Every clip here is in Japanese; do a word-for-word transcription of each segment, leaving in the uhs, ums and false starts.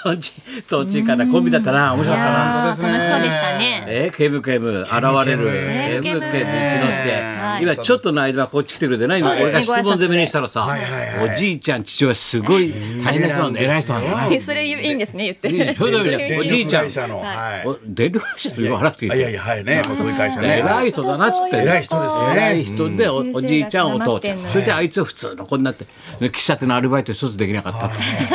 途中途中からコンビだったな、面白かったな。 楽しそうでしたね。 えー、ケムケム現れるケムケム一之輔、今ちょっとの間はこっち来てくれてない、俺が質問攻めにしたらさ、おじいちゃん父親すごい大変な人なんで偉い人なんだ。 それいいんですね、言って。 おじいちゃん電力会社と言わなくていい。 いやいや、はいね、そういう会社ね。 偉い人だなっつって。 偉い人ですね。 偉い人で お, おじいちゃんお父ちゃん、それであいつは普通の子になって喫茶店のアルバイト一つできなかった。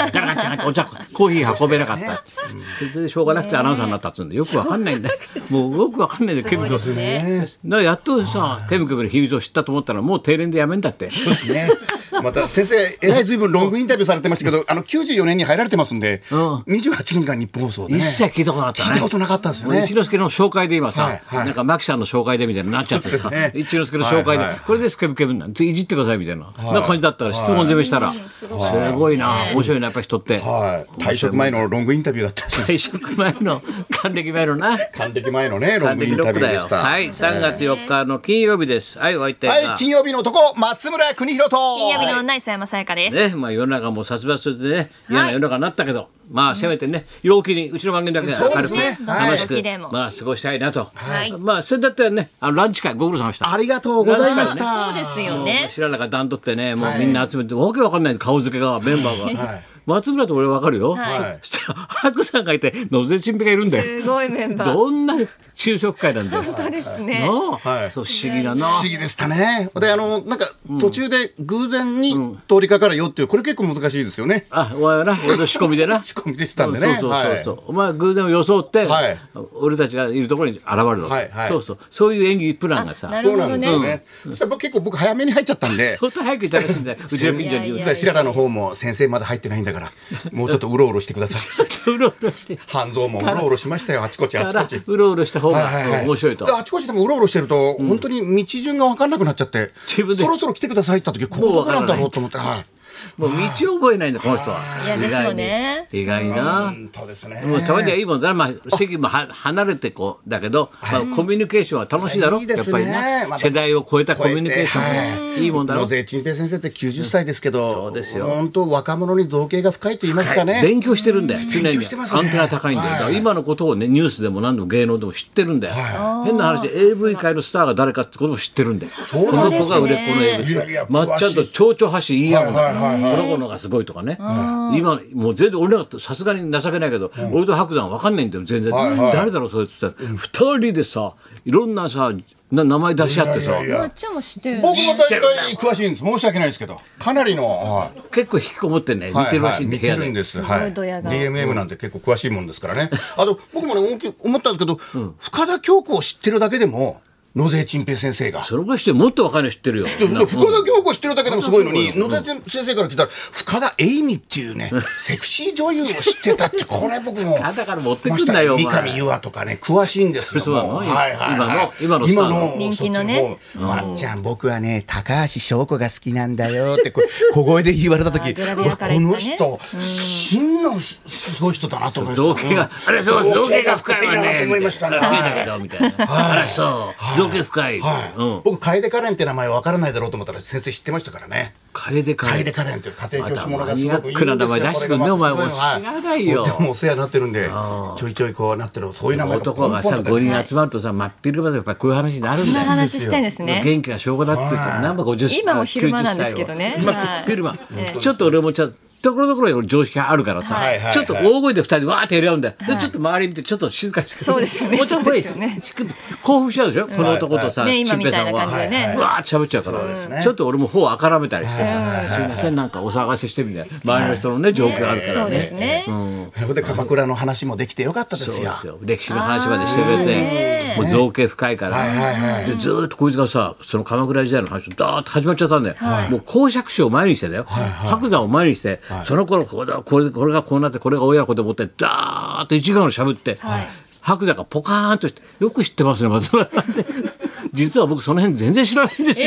ガラガチャガチャお茶コーヒー運べなかった。それでしょうがなくてアナウンサーになったっつうんでよくわかんないんだよ。もうよくわかんないんだよ。ケムケムね。だやっとさケムケムの秘密を知ったと思ったらもう定年でやめんだって。 そうですね。また先生えらいずいぶんロングインタビューされてましたけど、あのきゅうじゅうよねんに入られてますんで、にじゅうはちねんかん日本放送で一切聞いたことなかったね。 聞いたことなかったですよね。 一之輔の紹介で今さ、なんかマキさんの紹介でみたいになっちゃってさ、一之輔の紹介でこれですケムケムなんていじってくださいみたいなな感じだったから質問攻めしたらすごいな、面白いなやっぱ人って。 退職前のロングインタビューだったんです。 退職前の還暦前のな還暦前のねロングインタビューでした。 はい、さんがつよっかの金曜日です。はい、お相手はい、金曜日の男松村邦弘と金曜日の女磯山さやかですね。まあ世の中も殺伐としてね嫌な世の中になったけど、まあせめてね陽気にうちの番組だけで明るく楽しくまあ過ごしたいなと。まあそれだったらね、あのランチ会ご苦労様でした。 ありがとうございました。 そうですよね。 知らなか段取ってね、もうみんな集めてわけわかんない顔付けがメンバーが。松村と俺わかるよ。はい。したら白さんがいて野瀬チンペがいるんだよ。 すごいメンバー。 どんな昼食会なんだよ。 本当ですね。 はい。不思議だな。 不思議でしたね。であのなんか途中で偶然に通りかかるよっていうこれ結構難しいですよね。 あ、お前はな、俺の仕込みでな。 仕込みでしたんでね。 そうそうそうそう。お前偶然を装って俺たちがいるところに現れるの。そうそう。そういう演技プランがさ。 そうなんですよね。そしたら結構僕早めに入っちゃったんで。 相当早くいたらしいんだよ。うちの近所に。 白良の方も先生まだ入ってないんだから。もうちょっとうろうろしてください。 うろうろして。 半蔵もうろうろしましたよ。あちこちあちこち。 うろうろした方が面白いと。 あちこちでもうろうろしてると本当に道順が分かんなくなっちゃって、そろそろ来てくださいって言った時ここどこなんだろうと思って。はい。 もう道覚えないんだこの人は。 いやでしょうね。 意外な。 そうですね。 もうたまにはいいもんだな。まあ席もは離れてこうだけど、まあコミュニケーションは楽しいだろ。やっぱりね。世代を超えたコミュニケーションもいいもんだろ。 野瀬チンペイ先生ってきゅうじゅっさいですけど、 そうですよ。 本当若者に造形が深いと言いますかね。 勉強してるんだよ。常にアンテナ高いんだよ。だから今のことをねニュースでも何でも芸能でも知ってるんだよ。変な話で エーブイ 界のスターが誰かってことも知ってるんだよ。この子が売れっ子の エーブイ。まっちゃんと蝶々発信いいやもんだ。この子のがすごいとかね。今もう全然俺らさすがに情けないけど、俺と白山わかんないんだよ全然。誰だろうそれって言ったら二人でさいろんなさな名前出し合ってさ。 まっちゃんも知ってる。 僕も大体詳しいんです。申し訳ないですけどかなりの結構引きこもってね見てるらしいんで部屋で。 見てるんです。はい。ディーエムエム なんて結構詳しいもんですからね。あと僕もね思ったんですけど、深田恭子を知ってるだけでも野瀬チンペイ先生がそれがしてもっと若いの知ってるよ。 深田恭子知ってるだけでもすごいのに、野瀬先生から聞いたら深田栄美っていうねセクシー女優を知ってたって、これ僕もだから持ってくんだよ。 三上優愛とかね詳しいんですよ。 そうなの。 はいはい今の今の人気のね。 まっちゃん僕はね高橋翔子が好きなんだよって小声で言われた時、この人真のすごい人だなと思いました。 造形があれそう造形が深いわね。 と思いましたね。 だけどみたいな。あれそう。深い、 はい、僕楓カレンって名前わからないだろうと思ったら先生知ってましたからね。 楓カレンカレンという家庭教師ものがすごくいいんですよ。 マニアックな名前出してくんねお前も知らないよ。 でもお世話になってるんでちょいちょいこうなってるそういう名前が男がさごにん集まるとさ真っ昼間でやっぱりこういう話になるんだよ。 こんな話してんですね。 元気な証拠だっていうか何ばごじゅっさい今も昼間なんですけどね。 真っ昼間ちょっと俺もちょっとところどころに常識があるからさ、ちょっと大声で二人でわーってやり合うんだよ。でちょっと周り見てちょっと静かにして、 そうですよね。そうですよね。 興奮しちゃうでしょこの男とさチンペイさんはわーって喋っちゃうから、ちょっと俺も頬をあからめたりして、すいませんなんかお騒がせしてみたいな周りの人のね状況があるからね。 そうですね。 で鎌倉の話もできてよかったですよ。 歴史の話までしてくれて、もう造形深いからでずっとこいつがさその鎌倉時代の話ダーッと始まっちゃったんだよ。もう講釈師を前にしてだよ、白山を前にして、その頃これこれこれがこうなってこれが親子でもってダーッと一時間のしゃべって、白山がポカーンとしてよく知ってますね松村さんって実は僕その辺全然知らないんですよ。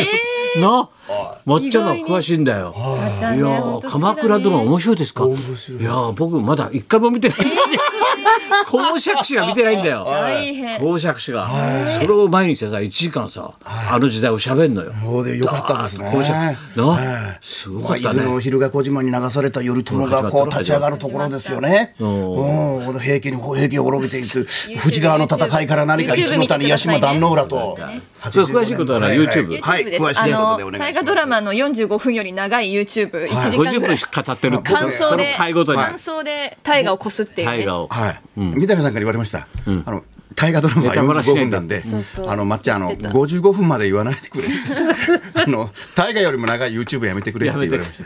な、まっちゃんが詳しいんだよ。いやー、鎌倉殿面白いですか。いやー、僕まだ一回も見てないんですよ。公爵士が見てないんだよ。公爵士がそれを毎日さいちじかんさ、あの時代を喋るのよ。 そうでよかったですね。 すごかったね。 伊豆の日向小島に流された頼朝がこう立ち上がるところですよね。うん、平家に平家を滅びていく富士川の戦いから何か一の谷屋島壇ノ浦と。 詳しいことは YouTube。 はい、詳しいことでお願いします。 大河ドラマのよんじゅうごふんより長い YouTube いちじかんぐらい。 ごじゅっぷんしか語ってる。 感想で回ごとに感想で大河をこすっていうね。 はい。三谷さんから言われました。あの大河ドラマはよんじゅうごふんなんで、あのまっちゃんあのごじゅうごふんまで言わないでくれ。あの大河よりも長い YouTube やめてくれって言われました。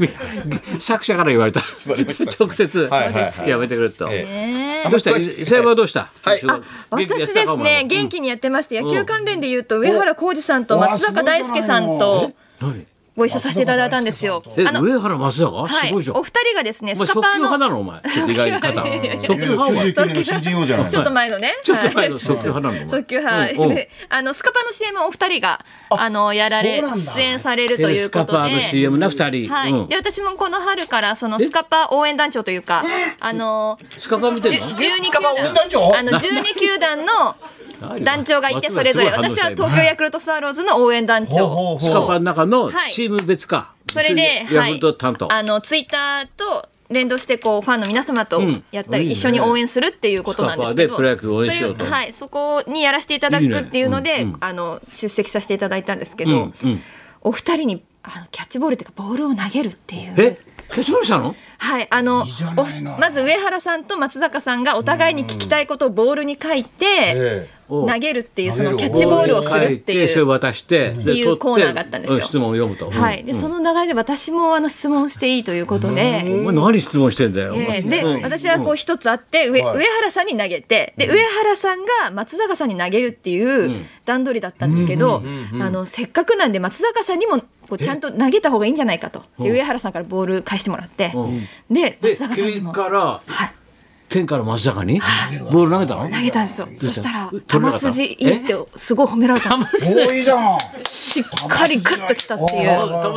作者から言われた。直接やめてくれと。どうした？伊勢山はどうした？ はい。私ですね、元気にやってまして、野球関連で言うと上原浩二さんと松坂大輔さんとご一緒させていただいたんですよ。 え、上原松坂すごいじゃん。 お二人がですね、 スカパーの即興派なのお前。意外に肩。即興派はちょっと前のね。 ちょっと前の即興派なの。 即興派。あのスカパーの シーエム をお二人があのやられ出演されるということで。 スカパーの シーエム な二人。 はい。で私もこの春からそのスカパー応援団長というかあのスカパー見てるの？ じゅうにきゅうだんあのじゅうにきゅうだんの団長がいてそれぞれ私は東京ヤクルトスワローズの応援団長。 スカパーの中のチーム別か。 それで、 ヤクルト担当、 はい、あのツイッターと連動してこうファンの皆様とやったり、うん、一緒に応援するっていうことなんですけど、 スカパーでプロ野球応援しようと、 それ、はい、そこにやらせていただくっていうので、いいね、うん、あの出席させていただいたんですけど、うんうん、お二人にあのキャッチボールっていうかボールを投げるっていう。 えキャッチボールしたの？ はい、あのまず上原さんと松坂さんがお互いに聞きたいことをボールに書いて投げるっていうそのキャッチボールをするっていうそれ渡してっていうコーナーがあったんですよ。 質問を読むと。 はい。でその流れで私もあの質問していいということで。 お前何質問してんだよ。 で私はこう一つあって上上原さんに投げてで上原さんが松坂さんに投げるっていう段取りだったんですけど、あのせっかくなんで松坂さんにもこうちゃんと投げた方がいいんじゃないかと。上原さんからボール返してもらって、で松坂さんにも。 から、はい、天から松坂にボール投げたの？ 投げたんですよ。そしたら球筋いいってすごい褒められたんです。 おーいいじゃん。 しっかりグッときたっていう。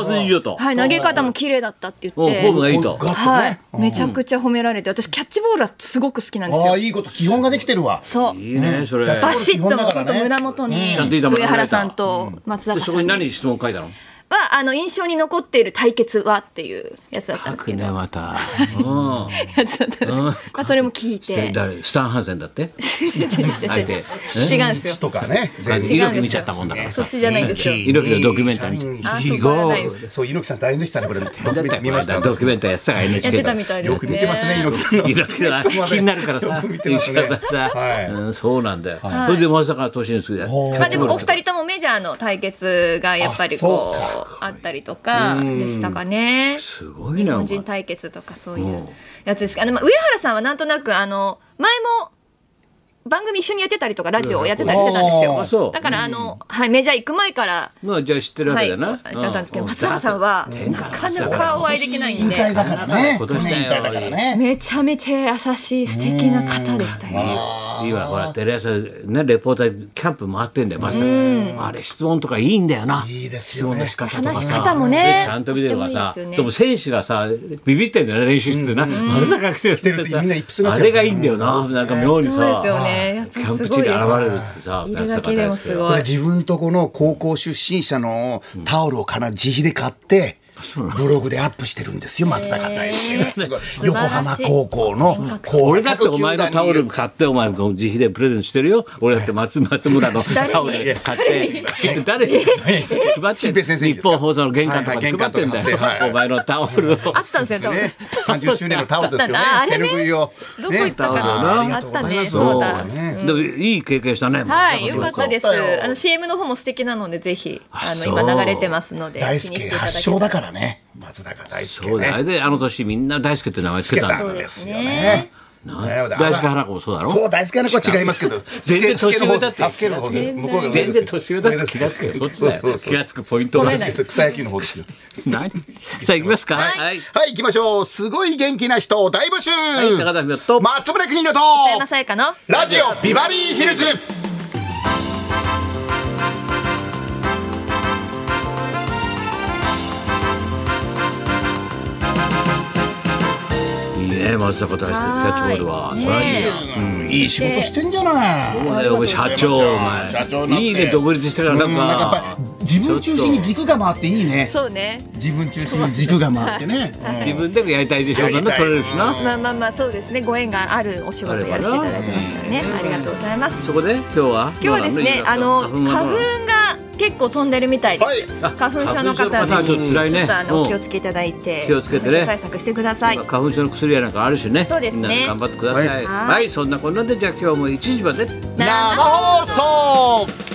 球筋いいよと。 はい、投げ方も綺麗だったって言って。 フォームがいいと。 はい、めちゃくちゃ褒められて、私キャッチボールはすごく好きなんですよ。 ああいいこと、基本ができてるわ。 そう。 いいねそれ。 バシッとも本当胸元に上原さんと松坂さん。 そこに何質問書いたの？ はあの印象に残っている対決はっていうやつだったんですけど、 ね、またやつだったんですけど、まあそれも聞いて、 誰スタンハンセンだって違うんですよとかね、 猪木見ちゃったもんだからそっちじゃないんですよ。 猪木のドキュメンタリーそう猪木さん大変でしたねこれ。 見ました。ドキュメンタリーやってたから エヌエイチケーやってたみたいですね。 よく出てますね猪木さんの。 猪木は気になるからさそうなんだよ。それでまさか年にするやつ。 まあでもお二人ともメジャーの対決がやっぱりこうあったりとかでしたかね。 すごいな。 日本人対決とかそういうやつですけど、上原さんはなんとなくあの前も番組一緒にやってたりとかラジオをやってたりしてたんですよ。だからあの、はい、メジャー行く前からまあじゃあ知ってるわけだな。 はい、だったんですけど、松坂さんはなかなかお会いできないんで、 だからね、 めちゃめちゃ優しい素敵な方でしたよ。 いいわ、ほらテレ朝ねレポーターキャンプ回ってんだよ。まさにあれ質問とかいいんだよな。 いいですよね。 話し方もね、 ちゃんと見てるからさ。でも選手がさビビってんだよね練習してな。まさか来てるってさ、あれがいいんだよな。なんか妙にさ。キャンプ地に現れるってさ、 いるだけでもすごい。 これ自分とこの高校出身者のタオルをかな自費で買ってブログでアップしてるんですよ。松坂大輔がすごい横浜高校の俺だってお前のタオル買ってお前自費でプレゼントしてるよ。俺だって松松村のタオル買って誰に配って日本放送の玄関とかで配ってんだよお前のタオルを。 あったんですよね。 さんじゅっしゅうねんのタオルですよね。手拭いをどこ行ったかな。あったね。そうだ。 でもいい経験したね。 はい、よかったです。あの シーエム の方も素敵なのでぜひあの今流れてますので大輔発祥だからね。松坂大輔ね。 そうだ。であの年みんな大輔って名前つけたんですよね。 大輔花子もそうだろ。 そう大輔花子は違いますけど全然年上だって助ける方で向こうが全然年上だって気がつくよ。そっちだよ。気がつくポイントが草野球の方ですよ。 何さあ行きますか。はいはい行きましょう。すごい元気な人大募集。 高田美と松村邦洋と磯山さやかのラジオビバリーヒルズ。 ね松坂大輔キャッチボールは。 いい仕事してんじゃない。 もうねお前社長お前社長なんていいね独立してからなんか自分中心に軸が回っていいね。 そうね。 自分中心に軸が回ってね。 自分でもやりたいでしょうから取れるしな。 まあまあまあそうですね。ご縁があるお仕事やらせていただいてますからね。ありがとうございます。 そこで今日は今日はですねあの花粉が結構飛んでるみたいで、花粉症の方はぜひちょっとあのお気をつけいただいて気をつけてね対策してください。 花粉症の薬やなんかあるしね。 そうですね。 頑張ってください。はい、そんなこんなでじゃあ今日もいちじまで生放送。